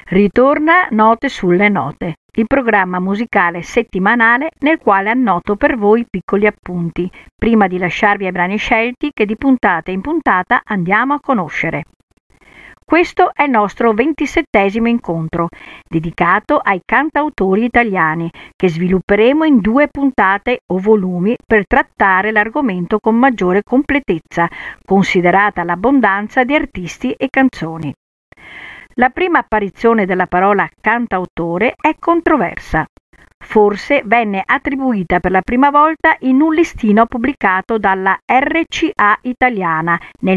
Ritorna Note sulle note, il programma musicale settimanale nel quale annoto per voi piccoli appunti, prima di lasciarvi ai brani scelti che di puntata in puntata andiamo a conoscere. Questo è il nostro 27° incontro, dedicato ai cantautori italiani, che svilupperemo in 2 puntate o volumi per trattare l'argomento con maggiore completezza, considerata l'abbondanza di artisti e canzoni. La prima apparizione della parola cantautore è controversa. Forse venne attribuita per la prima volta in un listino pubblicato dalla RCA italiana nel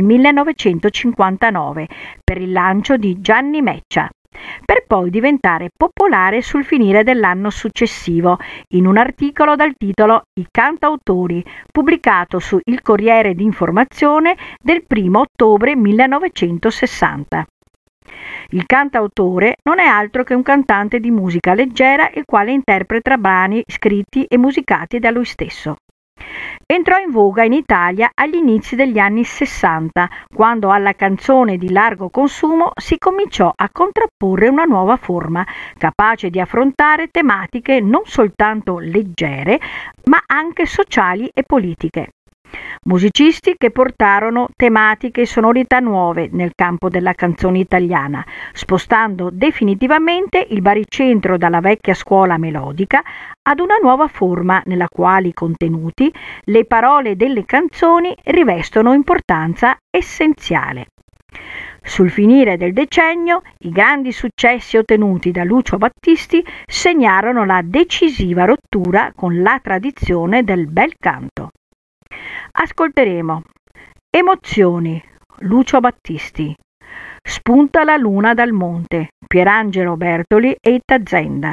1959 per il lancio di Gianni Meccia, per poi diventare popolare sul finire dell'anno successivo in un articolo dal titolo I cantautori, pubblicato su Il Corriere d'Informazione del 1 ottobre 1960. Il cantautore non è altro che un cantante di musica leggera il quale interpreta brani scritti e musicati da lui stesso. Entrò in voga in Italia agli inizi degli anni 60, quando alla canzone di largo consumo si cominciò a contrapporre una nuova forma, capace di affrontare tematiche non soltanto leggere, ma anche sociali e politiche. Musicisti che portarono tematiche e sonorità nuove nel campo della canzone italiana, spostando definitivamente il baricentro dalla vecchia scuola melodica ad una nuova forma nella quale i contenuti, le parole delle canzoni rivestono importanza essenziale. Sul finire del decennio, i grandi successi ottenuti da Lucio Battisti segnarono la decisiva rottura con la tradizione del bel canto. Ascolteremo Emozioni, Lucio Battisti, Spunta la luna dal monte, Pierangelo Bertoli e Itta Zenda,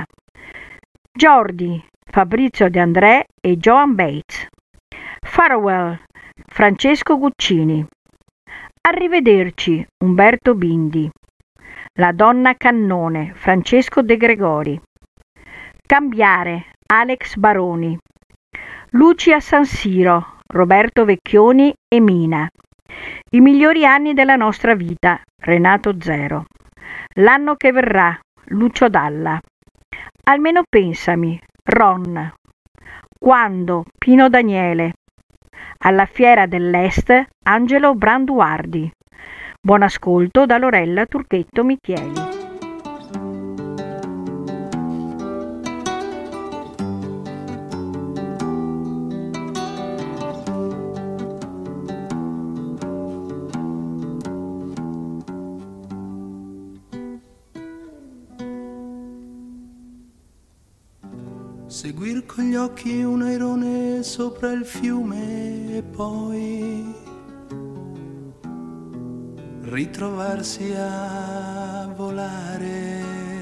Jordi, Fabrizio De André e Joan Baez, Farewell, Francesco Guccini, Arrivederci, Umberto Bindi, La donna cannone, Francesco De Gregori, Cambiare, Alex Baroni, Luci a San Siro, Roberto Vecchioni e Mina, I migliori anni della nostra vita, Renato Zero, L'anno che verrà, Lucio Dalla, Almeno pensami, Ron, Quando, Pino Daniele, Alla fiera dell'Est, Angelo Branduardi. Buon ascolto da Lorella Turchetto Michieli. Seguir con gli occhi un airone sopra il fiume e poi ritrovarsi a volare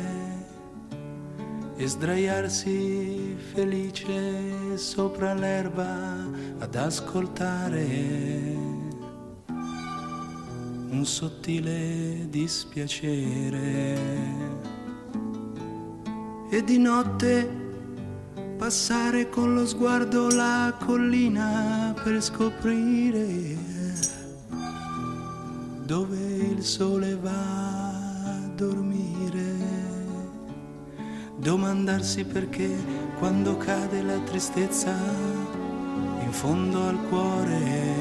e sdraiarsi felice sopra l'erba ad ascoltare un sottile dispiacere. E di notte passare con lo sguardo la collina per scoprire dove il sole va a dormire. Domandarsi perché quando cade la tristezza in fondo al cuore,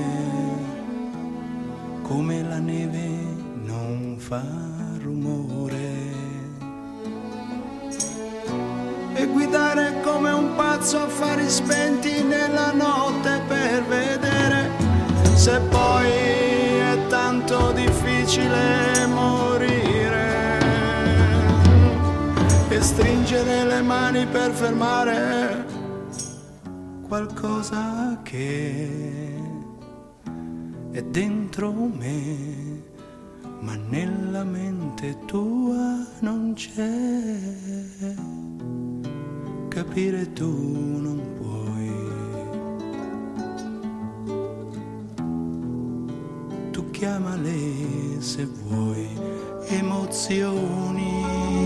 come la neve non fa rumore. E guidare come un pazzo a fari spenti nella notte per vedere se poi è tanto difficile morire, e stringere le mani per fermare qualcosa che è dentro me, ma nella mente tua non c'è. Capire tu non puoi. Tu chiamale se vuoi emozioni.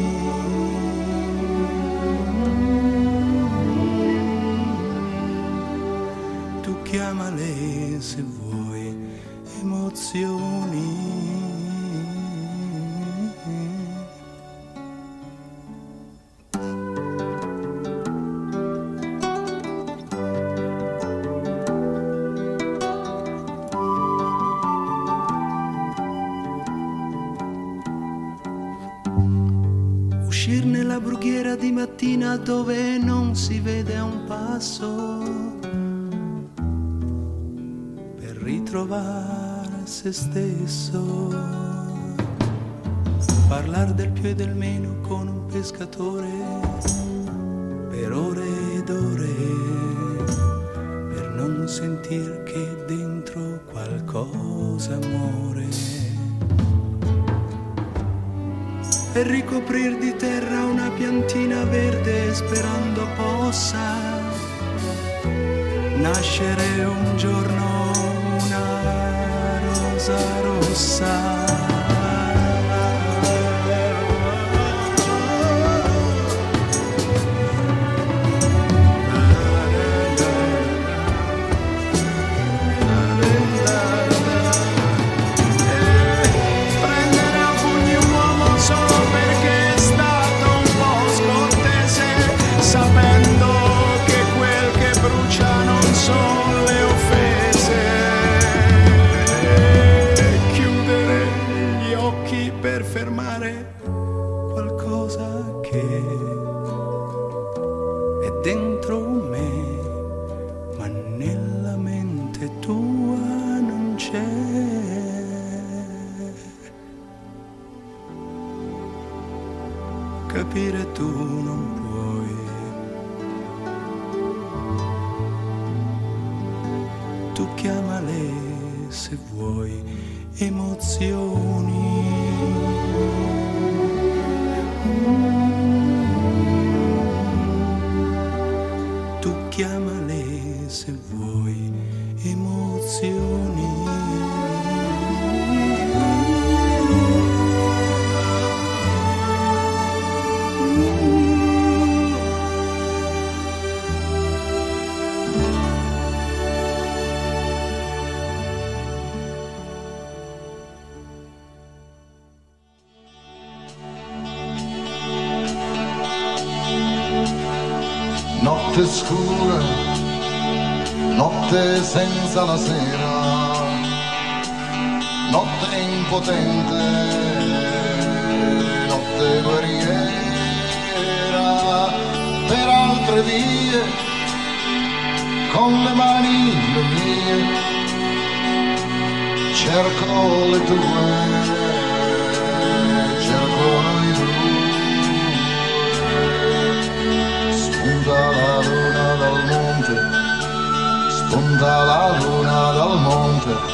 Tu chiamale se vuoi emozioni. uscir nella brughiera di mattina dove non si vede a un passo, per ritrovare se stesso, parlar del più e del meno con un pescatore per ore ed ore, per non sentir che dentro qualcosa muore, e ricoprir di terra una piantina verde sperando possa nascere un giorno una rosa rossa. Capire tu non puoi, tu chiamale se vuoi emozioni. Tu chiamale se vuoi emozioni. Notte scura, notte senza la sera, notte impotente, notte guerriera, per altre vie, con le mani le mie, cerco le tue, cerco noi due. Spunta la luna dal monte, spunta la luna dal monte.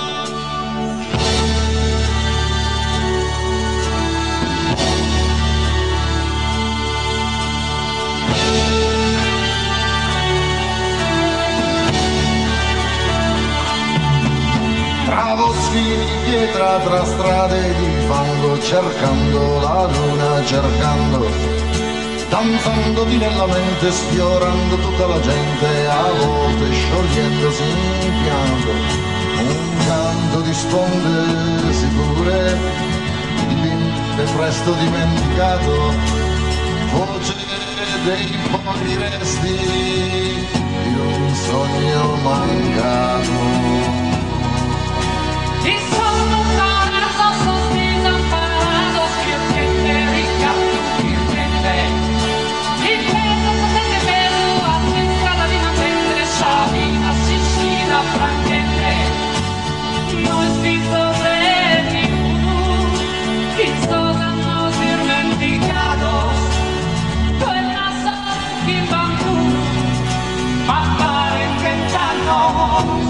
Tra boschi di pietra, tra strade di fango, cercando la luna, cercando, danzandovi nella mente, sfiorando tutta la gente, a volte sciogliendosi in pianto, un canto di sponde sicure, dipinte presto dimenticato, voce dei pochi resti di un sogno mancato. Il sonno parato, sospiro amparato, schiocchente, ricatto, virgente. Il peso, potente peso, attestata di matente, Sabina, Sicilia, Franchente. No es visto de ninguno, quizás hanno dimenticados, quella sorte in bancuno, ma pare che tanto.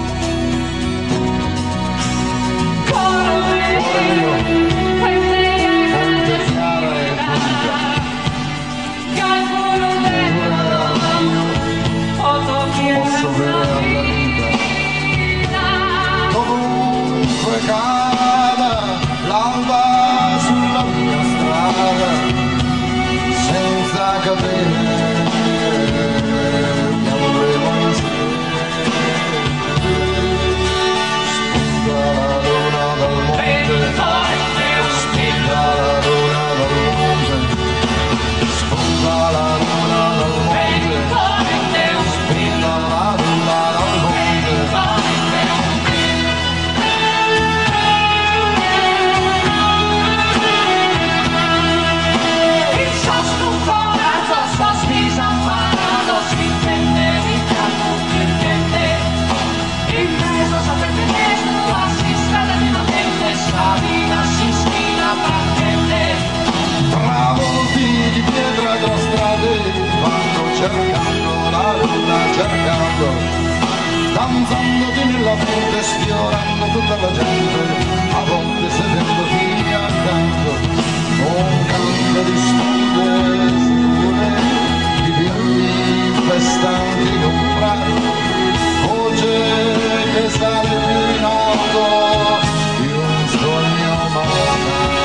Posso vedere la vita, dovunque cada l'alba sulla mia strada, senza catene, piangeremo insieme. Spunta la luna dal monte, spunta la luna dal monte, spunta la luna dal monte. Il avanzandoti nella fronte, sfiorando tutta la gente, a volte sedendoti accanto, un canto di sponde sicure, di bimbi festanti in un prato, voce che sale più in alto di un sogno malato.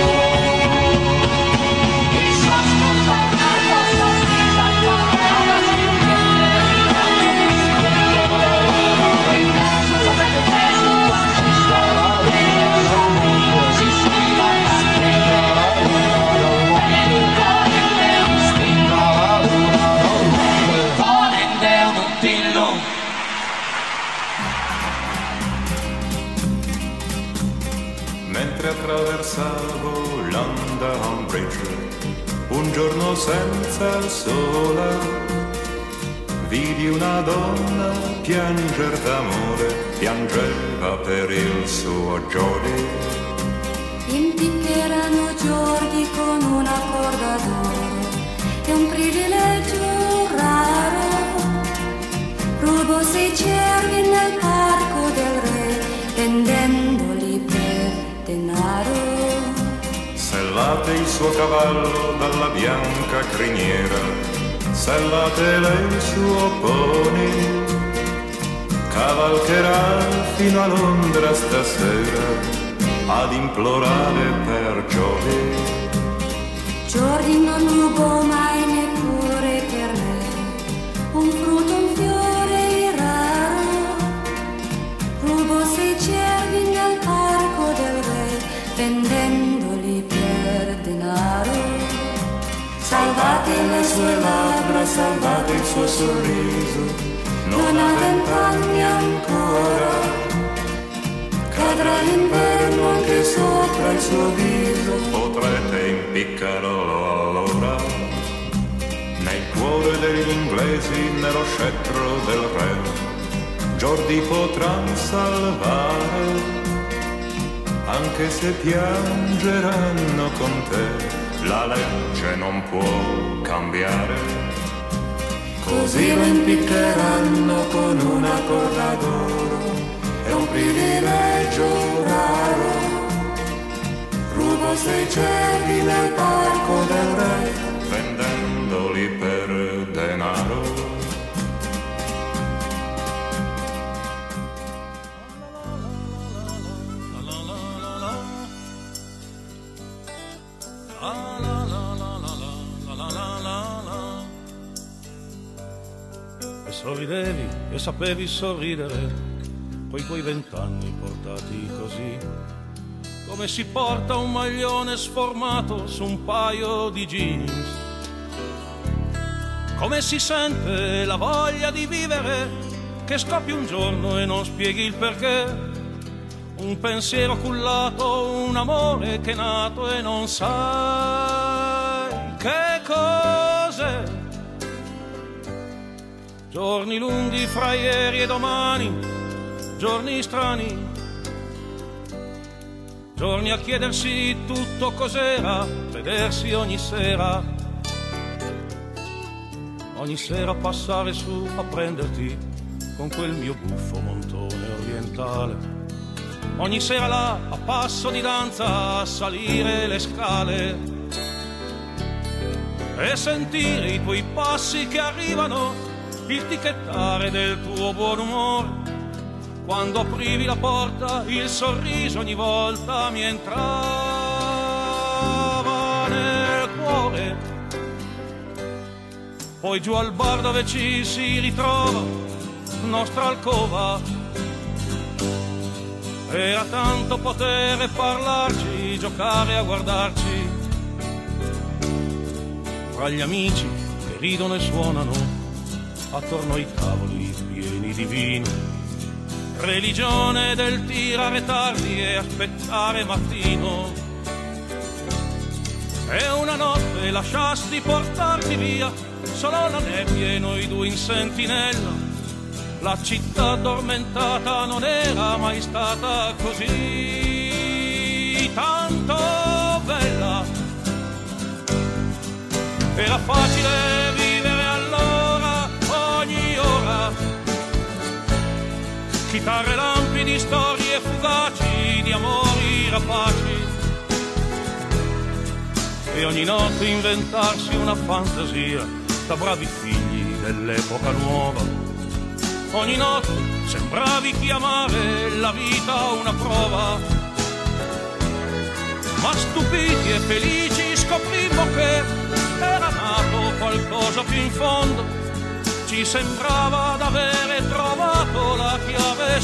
Mentre attraversavo l'Underham Bridge, un giorno senza il sole, vidi una donna pianger d'amore, piangeva per il suo Jordi. Impiccheranno Jordi con una corda d'oro, è un privilegio raro. Rubo 6 cervi nel parco del re, vendendoli per denaro. Sellate il suo cavallo dalla bianca criniera, sellate lei il suo pony, cavalcherà fino a Londra stasera ad implorare per Jordi. Jordi non rubò mai neppure per me un frutto, un fiore raro. Rubo 6 cervi nel parco del re, vendendoli per denaro. Salvate le sue labbra, salvate il suo sorriso, non ha 20 anni ancora, cadrà l'inverno anche sopra il suo viso. Potrete impiccarlo allora nel cuore degli inglesi, nello scettro del re. Jordi potrà salvare, anche se piangeranno con te, la legge non può cambiare. Così lo impiccheranno con una corda d'oro, è un privilegio raro. Rubo 6 cervi nel parco del re, vendendoli per denaro. E sorridevi e sapevi sorridere, quei 20 anni portati così, come si porta un maglione sformato su un paio di jeans. Come si sente la voglia di vivere, che scoppi un giorno e non spieghi il perché. Un pensiero cullato, un amore che è nato e non sai che cos'è. Giorni lunghi fra ieri e domani, giorni strani, giorni a chiedersi tutto cos'era, vedersi ogni sera passare su a prenderti con quel mio buffo montone orientale. Ogni sera là a passo di danza a salire le scale e sentire i tuoi passi che arrivano, il ticchettare del tuo buon umore. Quando aprivi la porta il sorriso ogni volta mi entrava nel cuore. Poi giù al bar dove ci si ritrova, nostra alcova, era tanto potere parlarci, giocare a guardarci, fra gli amici che ridono e suonano attorno ai tavoli pieni di vino. Religione del tirare tardi e aspettare mattino. E una notte lasciasti portarti via, solo la nebbia e noi due in sentinella. La città addormentata non era mai stata così tanto bella. Era facile vivere allora, ogni ora, citare lampi di storie fugaci, di amori rapaci, e ogni notte inventarsi una fantasia da bravi figli dell'epoca nuova. Ogni notte sembravi chiamare la vita una prova, ma stupiti e felici scoprimmo che era nato qualcosa più in fondo. Ci sembrava d'avere trovato la chiave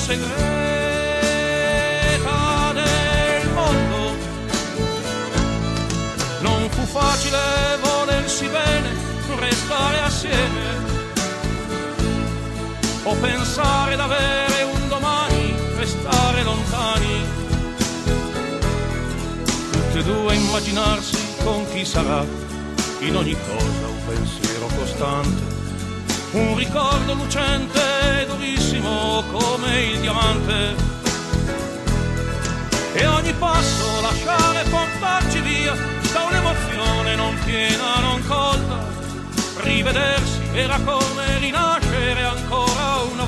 segreta del mondo. Non fu facile volersi bene, restare assieme o pensare d'avere un domani, restare lontani. Tutti e due immaginarsi con chi sarà, in ogni cosa un pensiero costante, un ricordo lucente e durissimo come il diamante, e ogni passo lasciare portarci via da un'emozione non piena, non colta. Rivedersi era come rinascere ancora una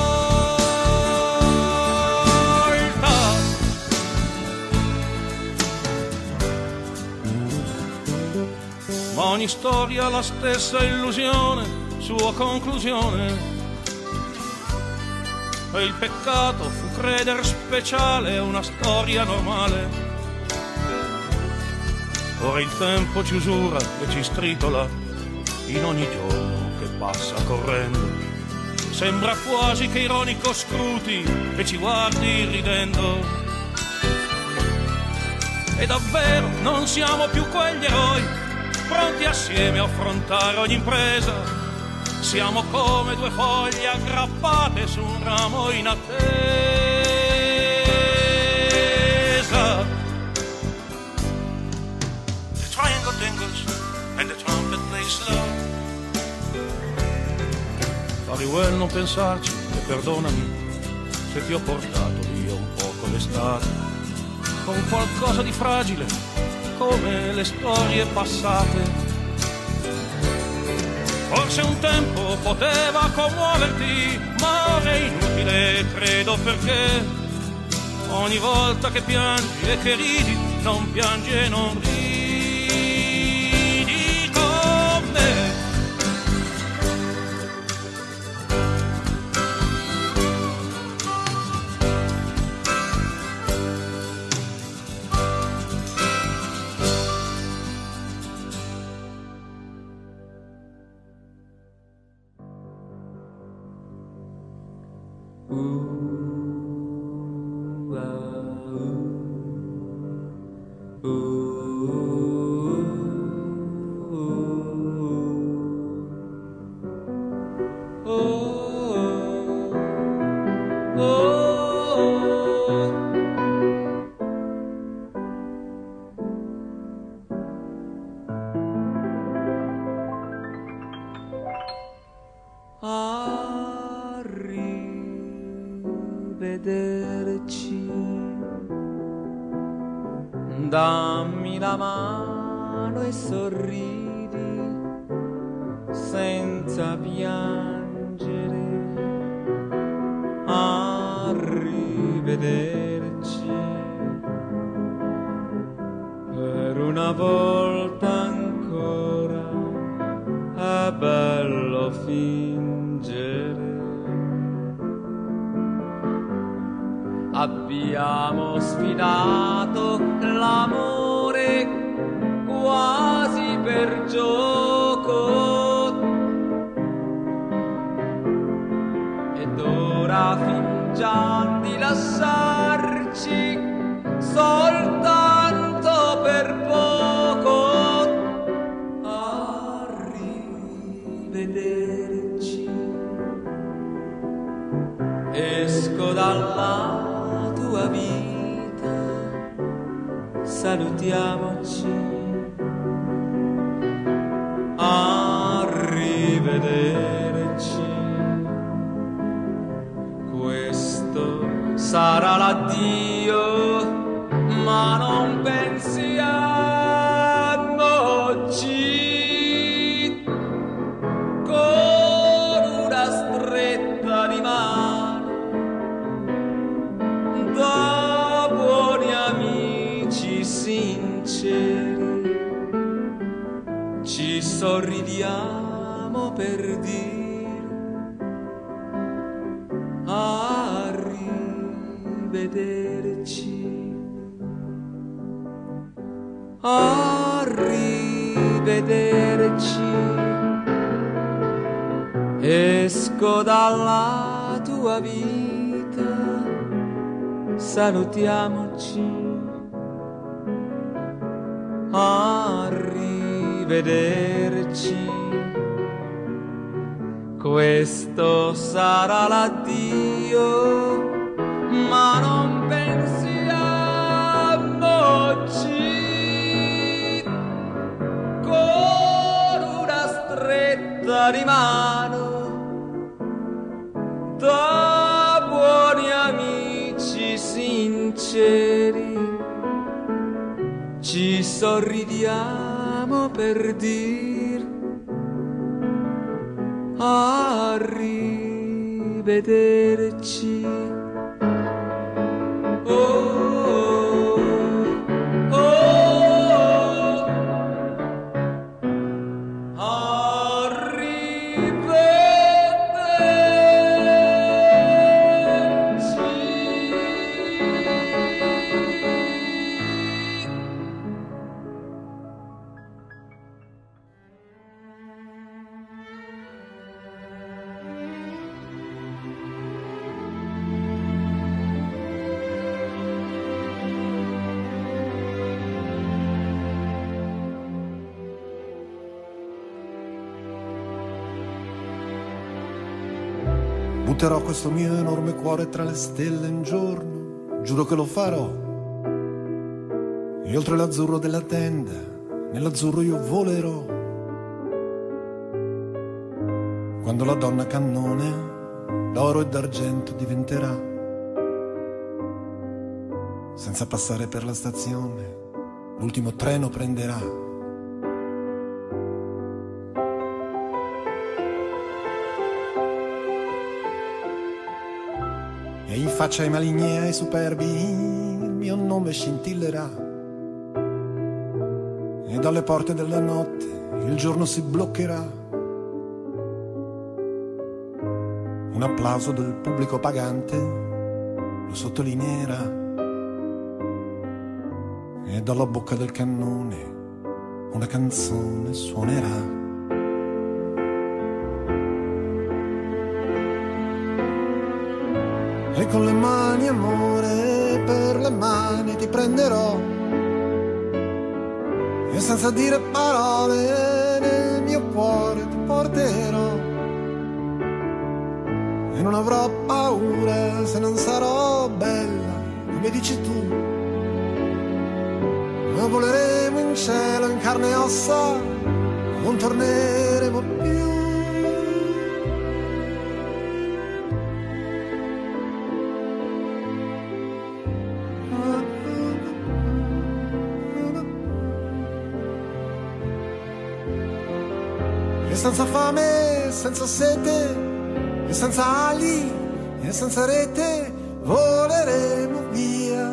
volta. Ma ogni storia ha la stessa illusione, sua conclusione. E il peccato fu creder speciale a una storia normale. Ora il tempo ci usura e ci stritola in ogni giorno che passa correndo. Sembra quasi che ironico scruti e ci guardi ridendo. E davvero non siamo più quegli eroi, pronti assieme a affrontare ogni impresa. Siamo come due foglie aggrappate su un ramo in attesa. The triangle dingles and the trumpet plays slow. Fare well non pensarci e perdonami se ti ho portato via un poco l'estate, con qualcosa di fragile come le storie passate. Forse un tempo poteva commuoverti, ma ora è inutile, credo, perché ogni volta che piangi e che ridi, non piangi e non ridi con me. Arrivederci, dammi la mano e sorridi senza piangere. Arrivederci, per una volta ancora è bello fingere. Abbiamo sfidato l'amore quasi per gioco, ed ora fingiamo di lasciarci soltanto per poco. Arrivederci, esco dalla tua vita, salutiamoci. Arrivederci, questo sarà l'addio, ma non pensiamoci. Con una stretta di mano sinceri, ci sorridiamo per dire arrivederci, arrivederci. Esco dalla tua vita, salutiamoci, arrivederci. Questo sarà l'addio, ma non pensiamoci, con una stretta di mano da buoni amici sinceri, ci sorridiamo per dir arrivederci. Butterò questo mio enorme cuore tra le stelle un giorno, giuro che lo farò. E oltre l'azzurro della tenda, nell'azzurro io volerò. Quando la donna cannone d'oro e d'argento diventerà, senza passare per la stazione, l'ultimo treno prenderà. E in faccia ai maligni e ai superbi il mio nome scintillerà. E dalle porte della notte il giorno si bloccherà. Un applauso del pubblico pagante lo sottolineerà. E dalla bocca del cannone una canzone suonerà. E con le mani, amore, per le mani ti prenderò. E senza dire parole nel mio cuore ti porterò. E non avrò paura se non sarò bella, come dici tu. Ma voleremo in cielo in carne e ossa, non torneremo più. Senza fame, senza sete, e senza ali, e senza rete, voleremo via.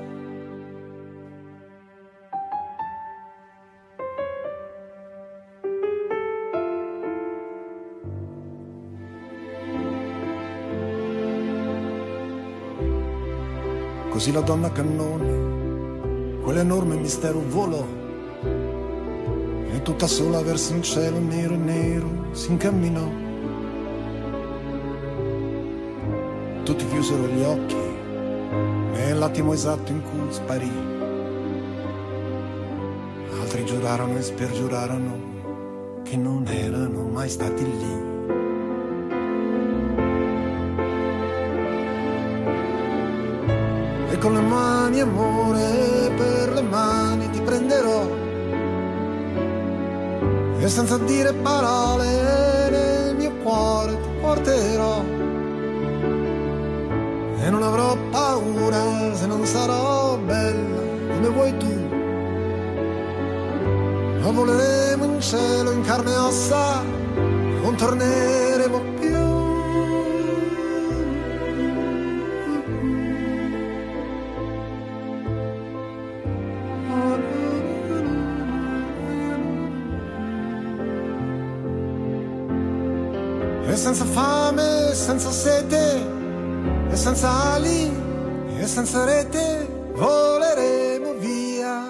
Così la donna cannone, quell'enorme mistero volò. E tutta sola verso un cielo nero e nero si incamminò. Tutti chiusero gli occhi nell'attimo esatto in cui sparì. Altri giurarono e spergiurarono che non erano mai stati lì. E con le mani, amore, per le mani ti prenderò. E senza dire parole nel mio cuore ti porterò. E non avrò paura se non sarò bella come vuoi tu. Ma voleremo in cielo in carne e ossa, non torneremo più. e senza fame, e senza sete, e senza ali, e senza rete, voleremo via.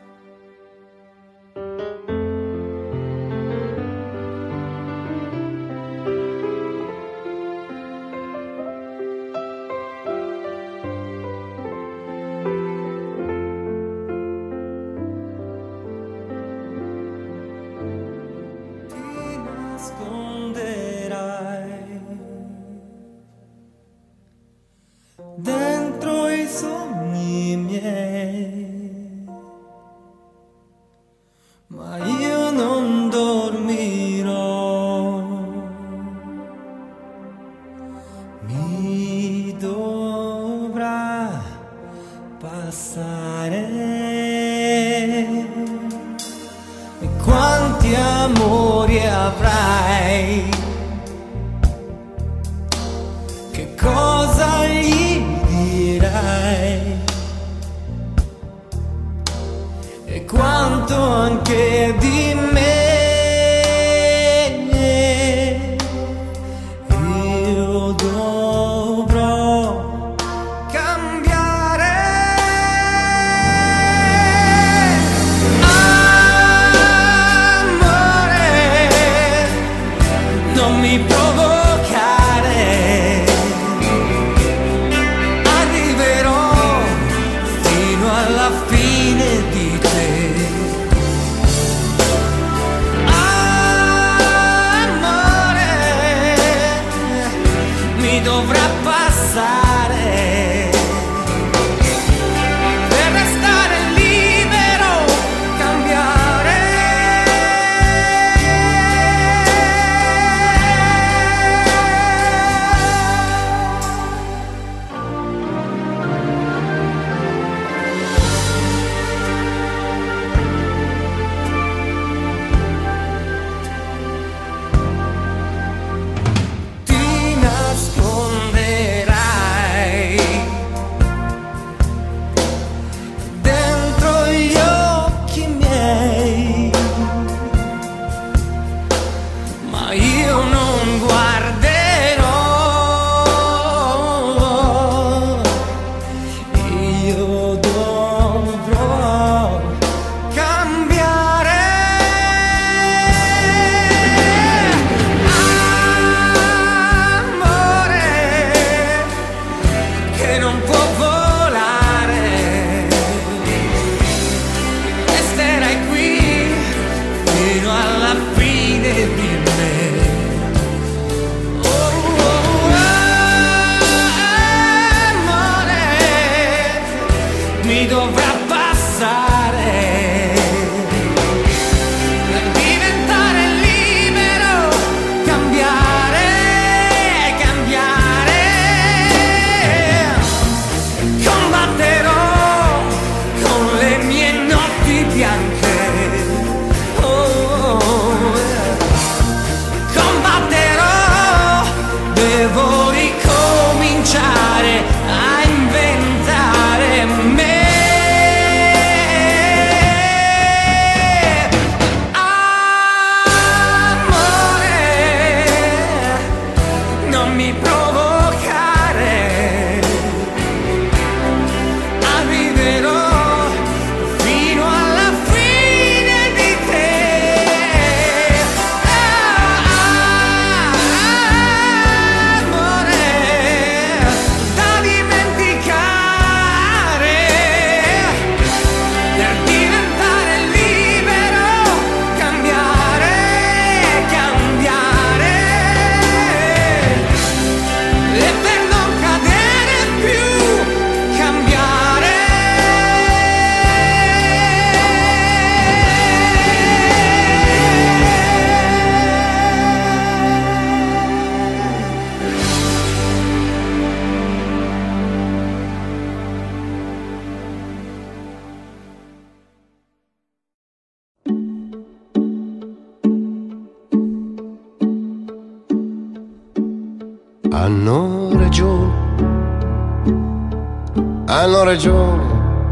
Dentro i sogni miei, ma io non dormirò, mi dovrà passare. E quanti amori avrai, che cosa gli dirai, e quanto anche di me io dovrò cambiare. Amore, non mi provocare, arriverò fino alla fine di te. Amore, mi dovrà passare per restare libero, cambiare. Ti nasconderai dentro gli occhi miei, ma io non guarderò, io dovrò cambiare. Amore, che non può volare, resterai qui fino alla fine di me. Oh, oh, amore, mi dovrà passare per diventare libero, cambiare, cambiare. Combatterò con le mie notti bianche. Oh, oh, combatterò, devo ricominciare a inventare me. Amore, non mi provocare, arriverò fino alla fine di te. Amore, da dimenticare, per diventare libero, cambiare, cambiare, e per non cadere più, cambiare. Hanno ragione,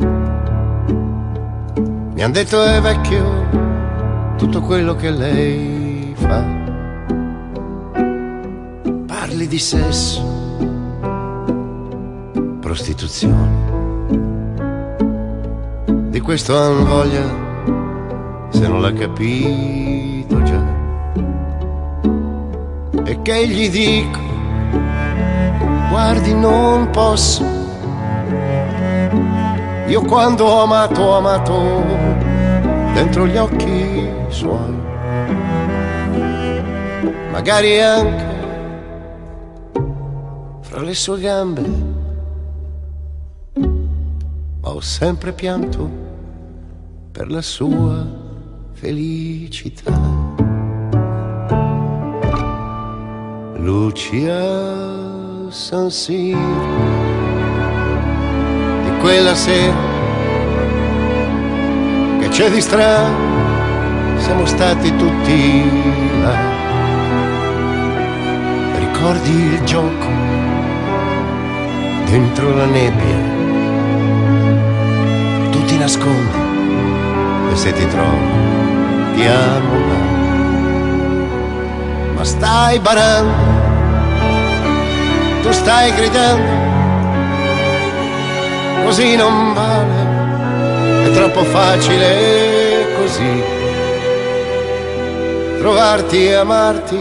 mi han detto è vecchio tutto quello che lei fa. parli di sesso, prostituzione. Di questo han voglia, se non l'ha capito già. E che gli dico, guardi non posso. Io quando ho amato dentro gli occhi suoi. Magari anche fra le sue gambe, ma ho sempre pianto per la sua felicità. Lucia San Siro, di quella sera che c'è di strano, siamo stati tutti là. Ricordi il gioco dentro la nebbia, tu ti nascondi e se ti trovo ti amo là. Ma stai barando, tu stai gridando, così non vale, è troppo facile così trovarti e amarti,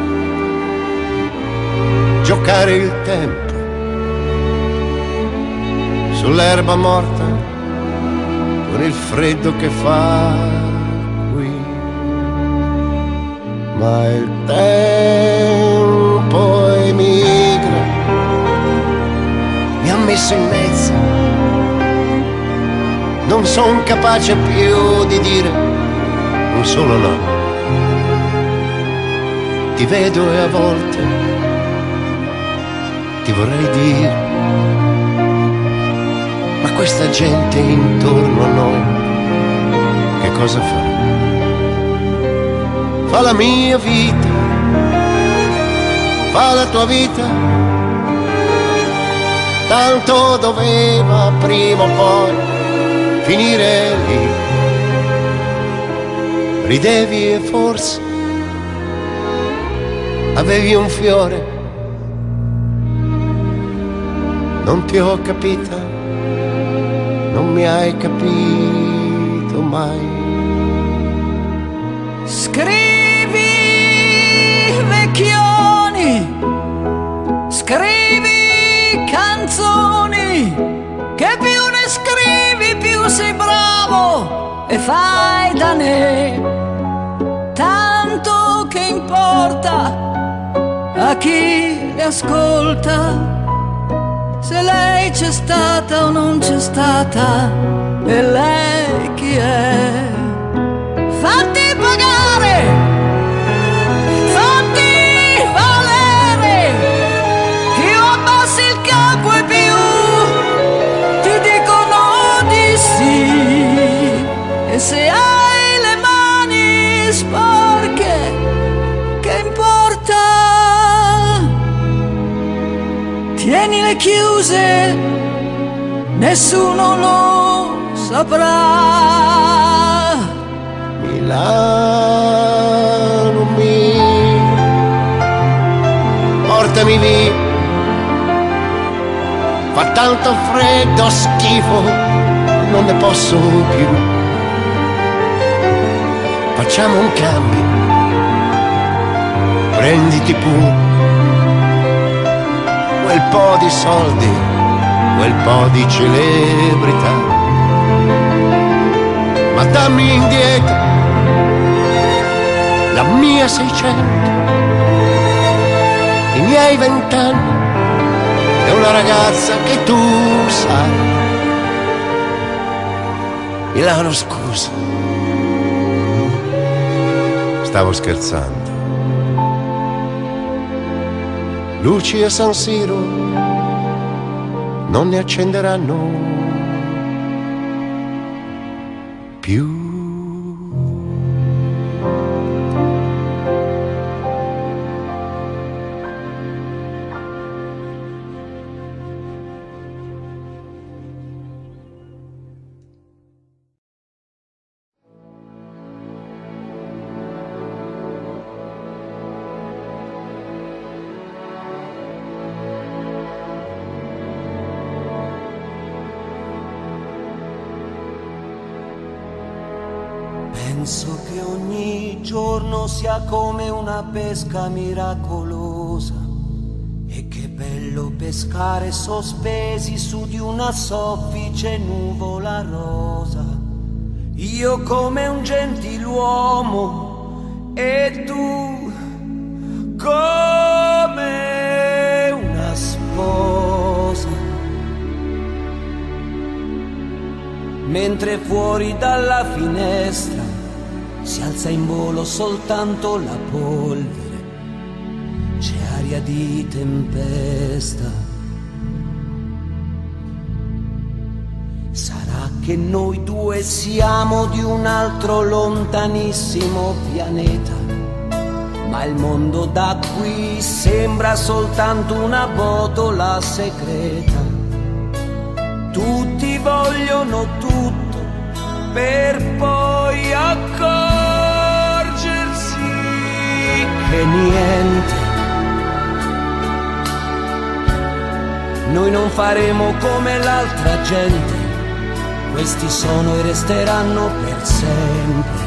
giocare il tempo sull'erba morta con il freddo che fa qui. Ma il tempo emigra, mi ha messo in mezzo, non son capace più di dire un solo no. Ti vedo e a volte ti vorrei dire, ma questa gente intorno a noi che cosa fa? Fa la mia vita, fa la tua vita, tanto doveva prima o poi finire lì. Ridevi e forse avevi un fiore, non ti ho capita, non mi hai capito mai. Scrivi vecchioni, scrivi canzoni, che più ne scrivi più sei bravo e fai da ne. Tanto che importa a chi le ascolta, se lei c'è stata o non c'è stata, e lei chi è? Fatti pagare, fatti valere, più abbassi il capo e più ti dicono di sì. E se hai le mani sporche, che importa? Tienile chiuse, nessuno lo saprà. Milano mio, portami via, fa tanto freddo, schifo, non ne posso più. Facciamo un cambio, prenditi pure quel po' di soldi, quel po' di celebrità, ma dammi indietro la mia 600, i miei 20 anni e una ragazza che tu sai. Milano, scusa, stavo scherzando. Luci a San Siro non ne accenderanno più. Penso che ogni giorno sia come una pesca miracolosa, e che bello pescare sospesi su di una soffice nuvola rosa. Io come un gentiluomo e tu come una sposa. Mentre fuori dalla finestra si alza in volo soltanto la polvere, c'è aria di tempesta. Sarà che noi due siamo di un altro lontanissimo pianeta, ma il mondo da qui sembra soltanto una botola segreta. Tutti vogliono tutto per poi accorgersi che niente. Noi non faremo come l'altra gente, questi sono e resteranno per sempre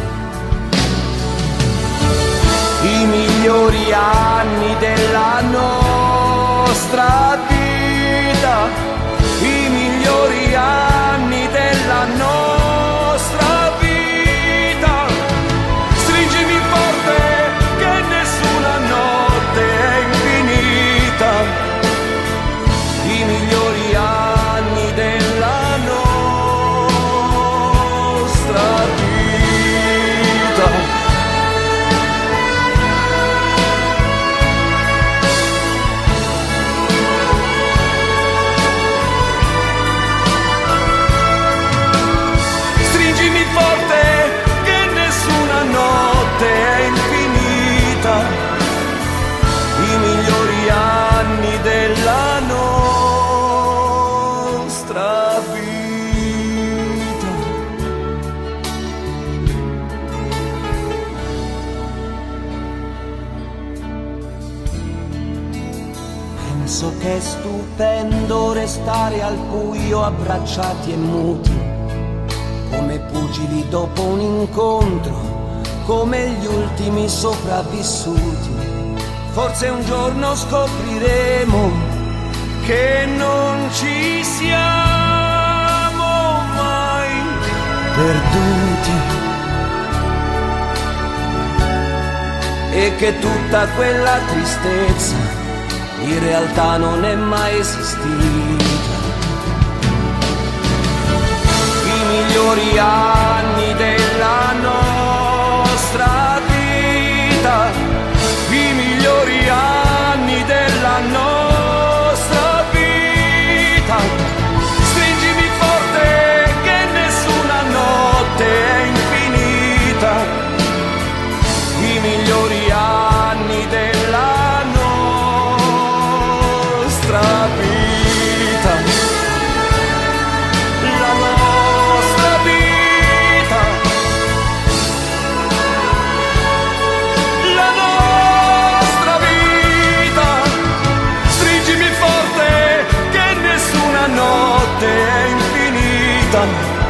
i migliori anni della nostra vita. I migliori anni della nostra vita. Stringimi forte che nessuna notte è infinita. I migliori anni della nostra vita. È infinita, i migliori anni della nostra vita. Penso che è stupendo restare al buio abbracciati e muti, come pugili dopo un incontro, come gli ultimi sopravvissuti. Forse un giorno scopriremo che non ci siamo mai perduti, e che tutta quella tristezza in realtà non è mai esistita. I migliori anni della nostra vita, i migliori anni della nostra vita. Stringimi forte che nessuna notte è infinita. I migliori anni della nostra vita. La nostra vita. La nostra vita. Stringimi forte che nessuna notte è infinita.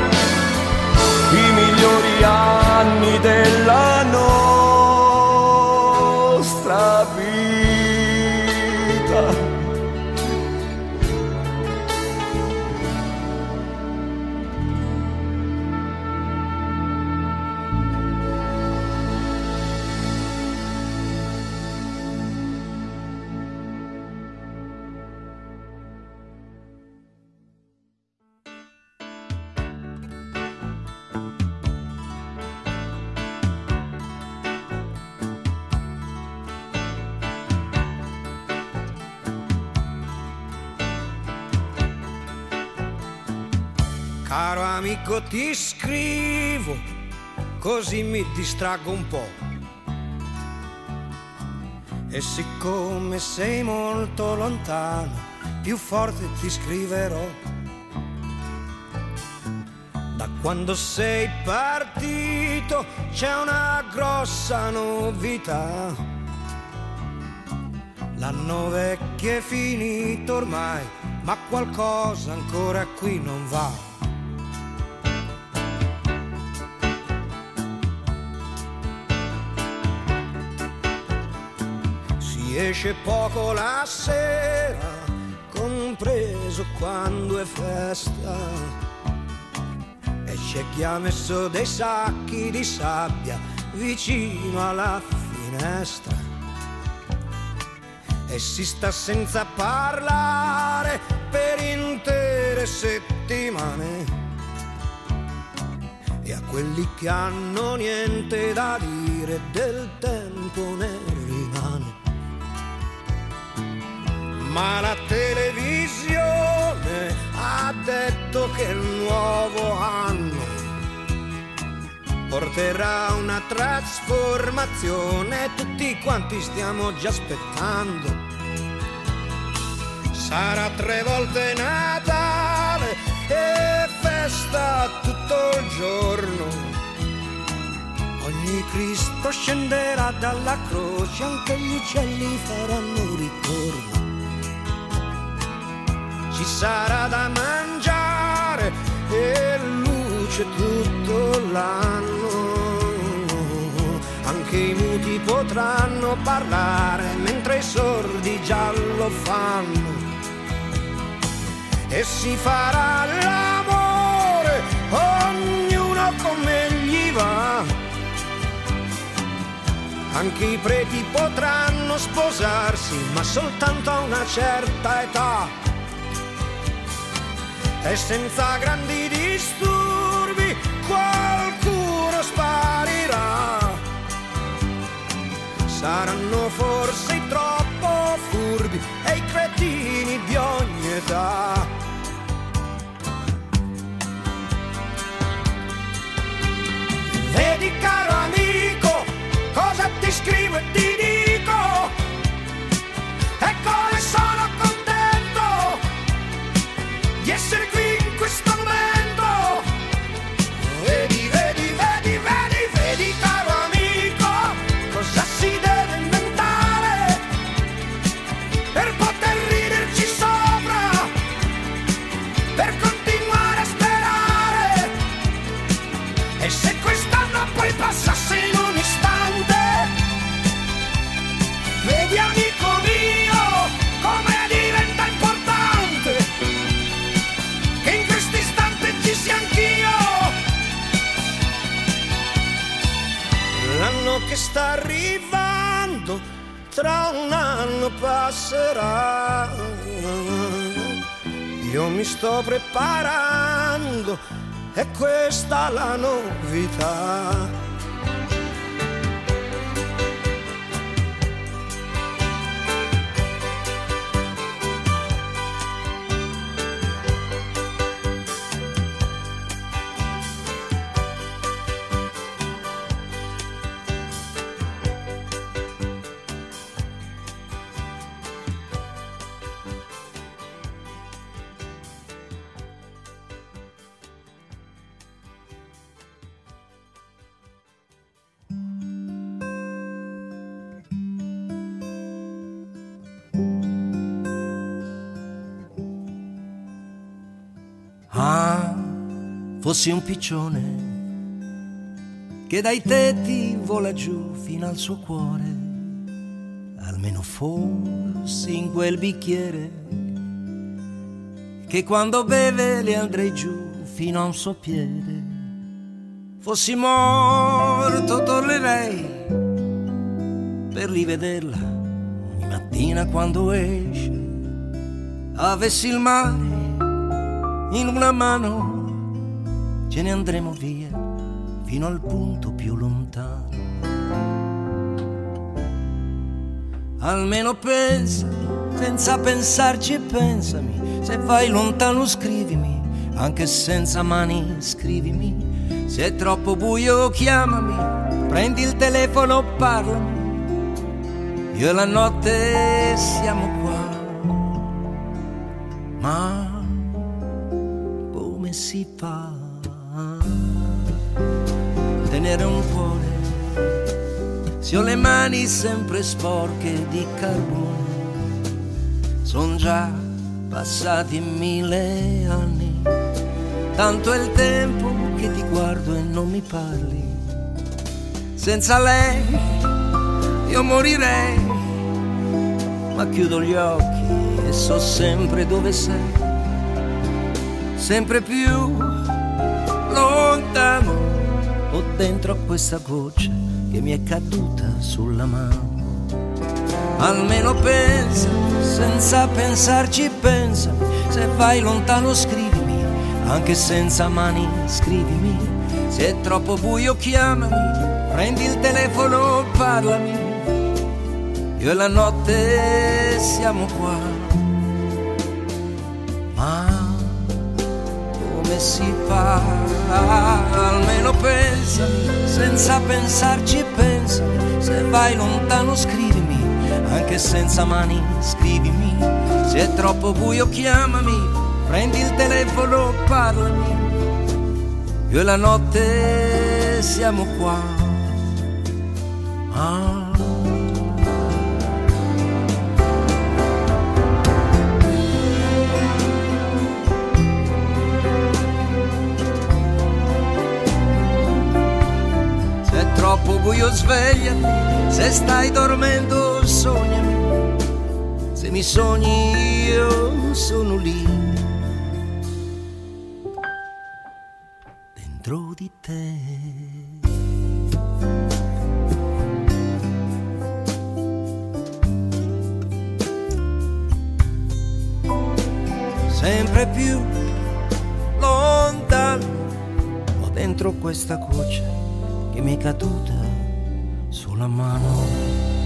I migliori anni della nostra vita. Caro amico, ti scrivo così mi distraggo un po', e siccome sei molto lontano più forte ti scriverò. Da quando sei partito c'è una grossa novità, l'anno vecchio è finito ormai, ma qualcosa ancora qui non va. esce poco la sera, compreso quando è festa, e c'è chi ha messo dei sacchi di sabbia vicino alla finestra e si sta senza parlare per intere settimane. E a quelli che hanno niente da dire del tempo ne rimane. Ma la televisione ha detto che il nuovo anno porterà una trasformazione, tutti quanti stiamo già aspettando. Sarà 3 volte Natale e festa tutto il giorno. Ogni Cristo scenderà dalla croce, anche gli uccelli faranno ritorno. Ci sarà da mangiare e luce tutto l'anno. Anche i muti potranno parlare mentre i sordi già lo fanno. E si farà l'amore, ognuno come gli va. Anche i preti potranno sposarsi, ma soltanto a una certa età. E senza grandi disturbi qualcuno sparirà. Saranno forse i troppo furbi e i cretini di ogni età. Vedi caro amico, cosa ti scrivo e ti dico, e come sono contento di essere qui in questo momento. Vedi, vedi, vedi, vedi, vedi caro amico, cosa si deve inventare per poter riderci sopra, per continuare a sperare. E se quest'anno poi passasse in un istante, vedi amico mio come diventa importante che in questo istante ci sia anch'io. L'anno che sta arrivando tra un anno passerà. Io mi sto preparando, è questa la novità. Fossi un piccione che dai tetti vola giù fino al suo cuore, almeno fossi in quel bicchiere che quando beve le andrei giù fino a un suo piede. Fossi morto tornerei per rivederla ogni mattina quando esce. Avessi il mare in una mano, ce ne andremo via fino al punto più lontano. Almeno pensami, senza pensarci, e pensami. Se vai lontano scrivimi, anche senza mani scrivimi. Se è troppo buio chiamami, prendi il telefono, parlami. Io e la notte siamo qua. Ma come si fa? Tenere un cuore se ho le mani sempre sporche di carbone. Son già passati 1000 anni, tanto è il tempo che ti guardo e non mi parli. Senza lei io morirei ma chiudo gli occhi e so sempre dove sei, sempre più lontano, o dentro a questa goccia che mi è caduta sulla mano. Almeno pensa, senza pensarci pensa, se vai lontano scrivimi, anche senza mani scrivimi, se è troppo buio chiamami, prendi il telefono, parlami, io e la notte siamo qua. Ma come si fa? Almeno pensa, senza pensarci pensa, se vai lontano scrivimi, anche senza mani scrivimi, se è troppo buio chiamami, prendi il telefono, parlami, io e la notte siamo qua. Se è troppo buio svegliati, se stai dormendo sognami, se mi sogni io sono lì, dentro di te. Sempre più lontano, ho dentro questa goccia che mi è caduta sulla mano.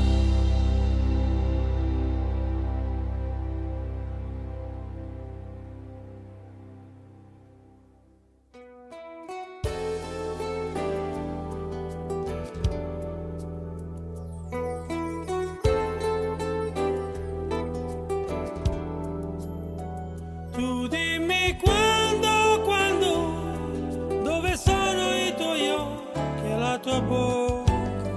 Tu dimmi quando, dove sono i tuoi occhi e la tua bocca,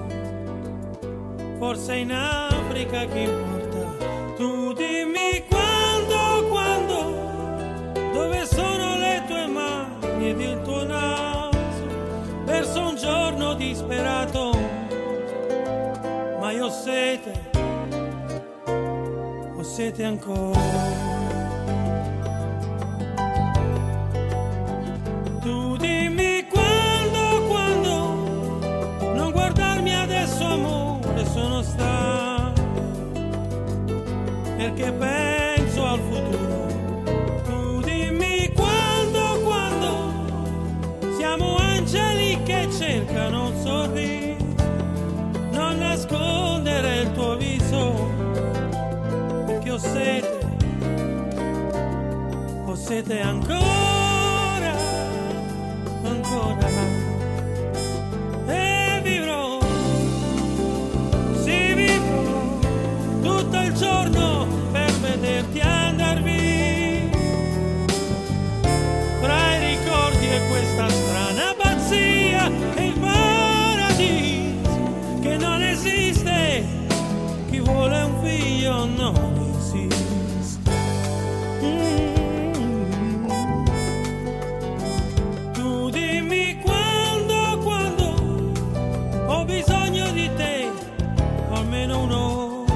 forse in Africa che importa. Tu dimmi quando, dove sono le tue mani ed il tuo naso, verso un giorno disperato, ma io ho sete ancora. Tu dimmi quando, non guardarmi adesso amore, sono stanco, perché penso al futuro. Tu dimmi quando, siamo angeli che cercano un sorriso, non nascondere il tuo viso, perché ho sete ancora, e vivrò, sì vivrò tutto il giorno per vederti andar via, fra i ricordi e questa strana pazzia e il paradiso che non esiste, chi vuole un figlio non esiste. Bisogno di te, almeno un'ora,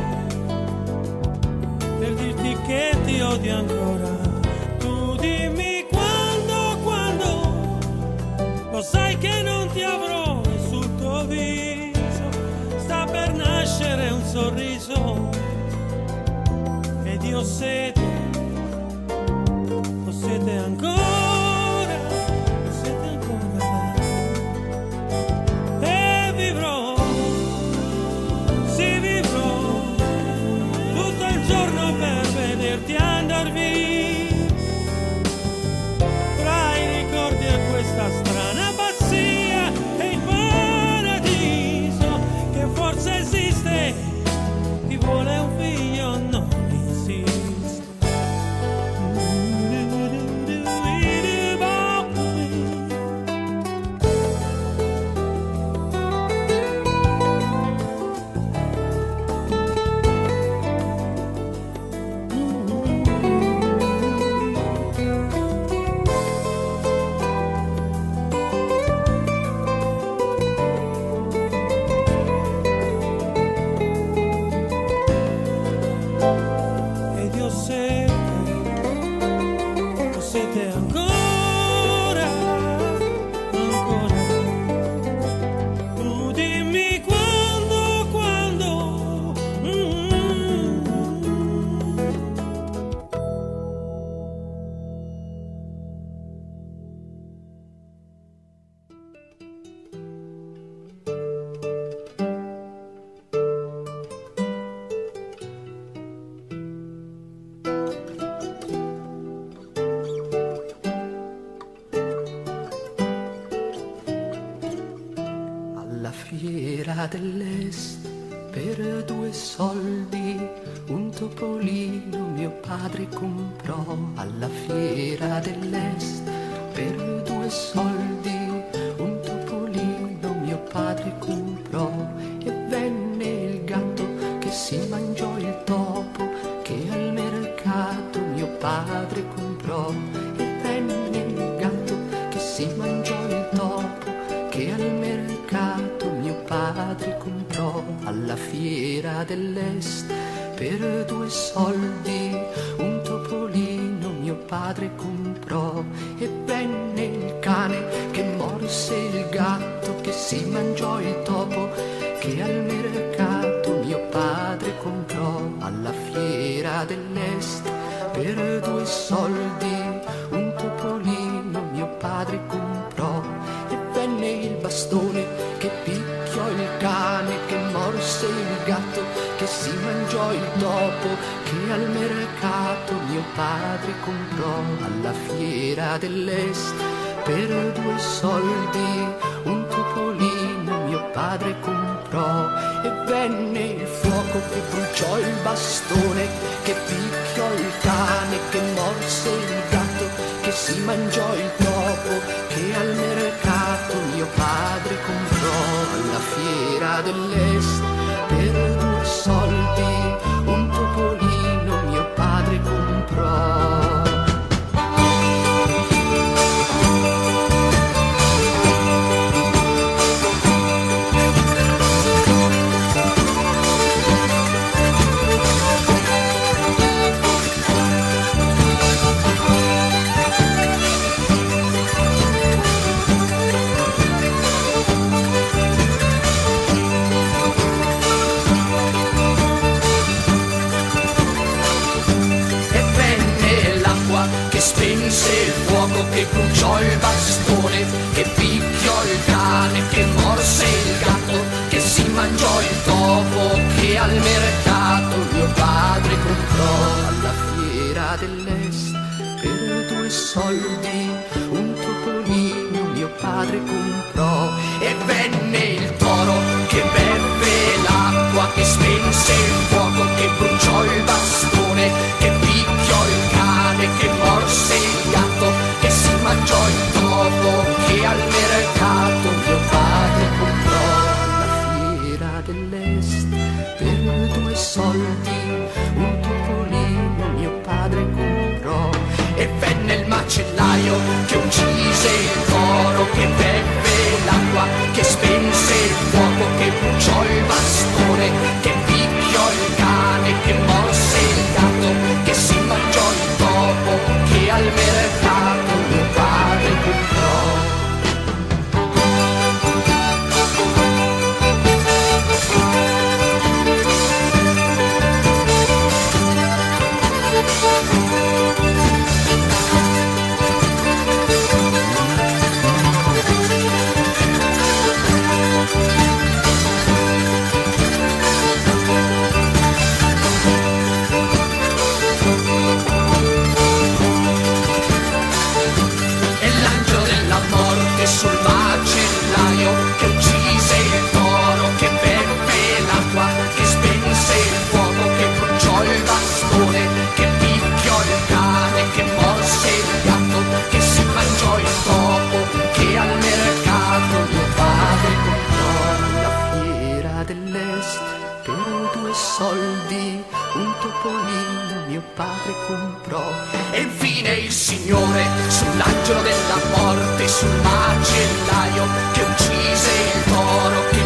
per dirti che ti odio ancora. Tu dimmi quando, lo sai che non ti avrò e sul tuo viso sta per nascere un sorriso, ed io ho sete ancora. Vederti andar via, fra i ricordi e questa strana pazzia e il paradiso che forse esiste, chi vuole un figlio non esiste. fiera dell'est per 2 soldi un topolino mio padre comprò. Alla fiera dell'est per 2 soldi un topolino mio padre comprò. E venne il gatto che si mangiò il topo che al mercato mio padre comprò. E venne il gatto che si mangiò il topo che al mercato mio padre comprò. Alla fiera dell'est per 2 soldi un topolino mio padre comprò. E venne il cane che morse il gatto che si mangiò il topo che al mercato mio padre comprò. Alla fiera dell'est per 2 soldi un topolino mio padre comprò. E venne il bastone che picchiò il cane che morse il gatto che si mangiò il topo che al mercato mio padre comprò. Alla fiera dell'est per 2 soldi un topolino mio padre comprò. E venne il fuoco che bruciò il bastone che picchiò il cane che morse il gatto che si mangiò il topo che al mercato mio padre comprò. Alla fiera dell'est per 2 soldi un topolino mio padre comprò. Spense il fuoco che bruciò il bastone che picchiò il cane che morse il gatto che si mangiò il topo che al mercato mio padre comprò. Alla fiera dell'est per 2 soldi un topolino mio padre comprò. E venne il toro che beve l'acqua che spense il fuoco che bruciò il bastone che picchiò il cane che morse il gatto che si mangiò il topo che al mercato mio padre comprò. Alla fiera dell'est per 2 soldi un topolino mio padre comprò. E venne il macellaio che uccise il toro che beve l'acqua che spense il fuoco che bruciò il bastone che picchiò il cane che morse il gatto che si mangiò il topo che al mercato mio padre comprò. Sul macellaio che uccise il toro che beve l'acqua che spense il fuoco che bruciò il bastone che picchiò il cane che morse il gatto che si mangiò il topo che al mercato mio padre comprò. Alla fiera dell'est per 2 soldi un topolino mio padre comprò. E infine il Signore sull'angelo della morte sul macellaio che uccise il toro che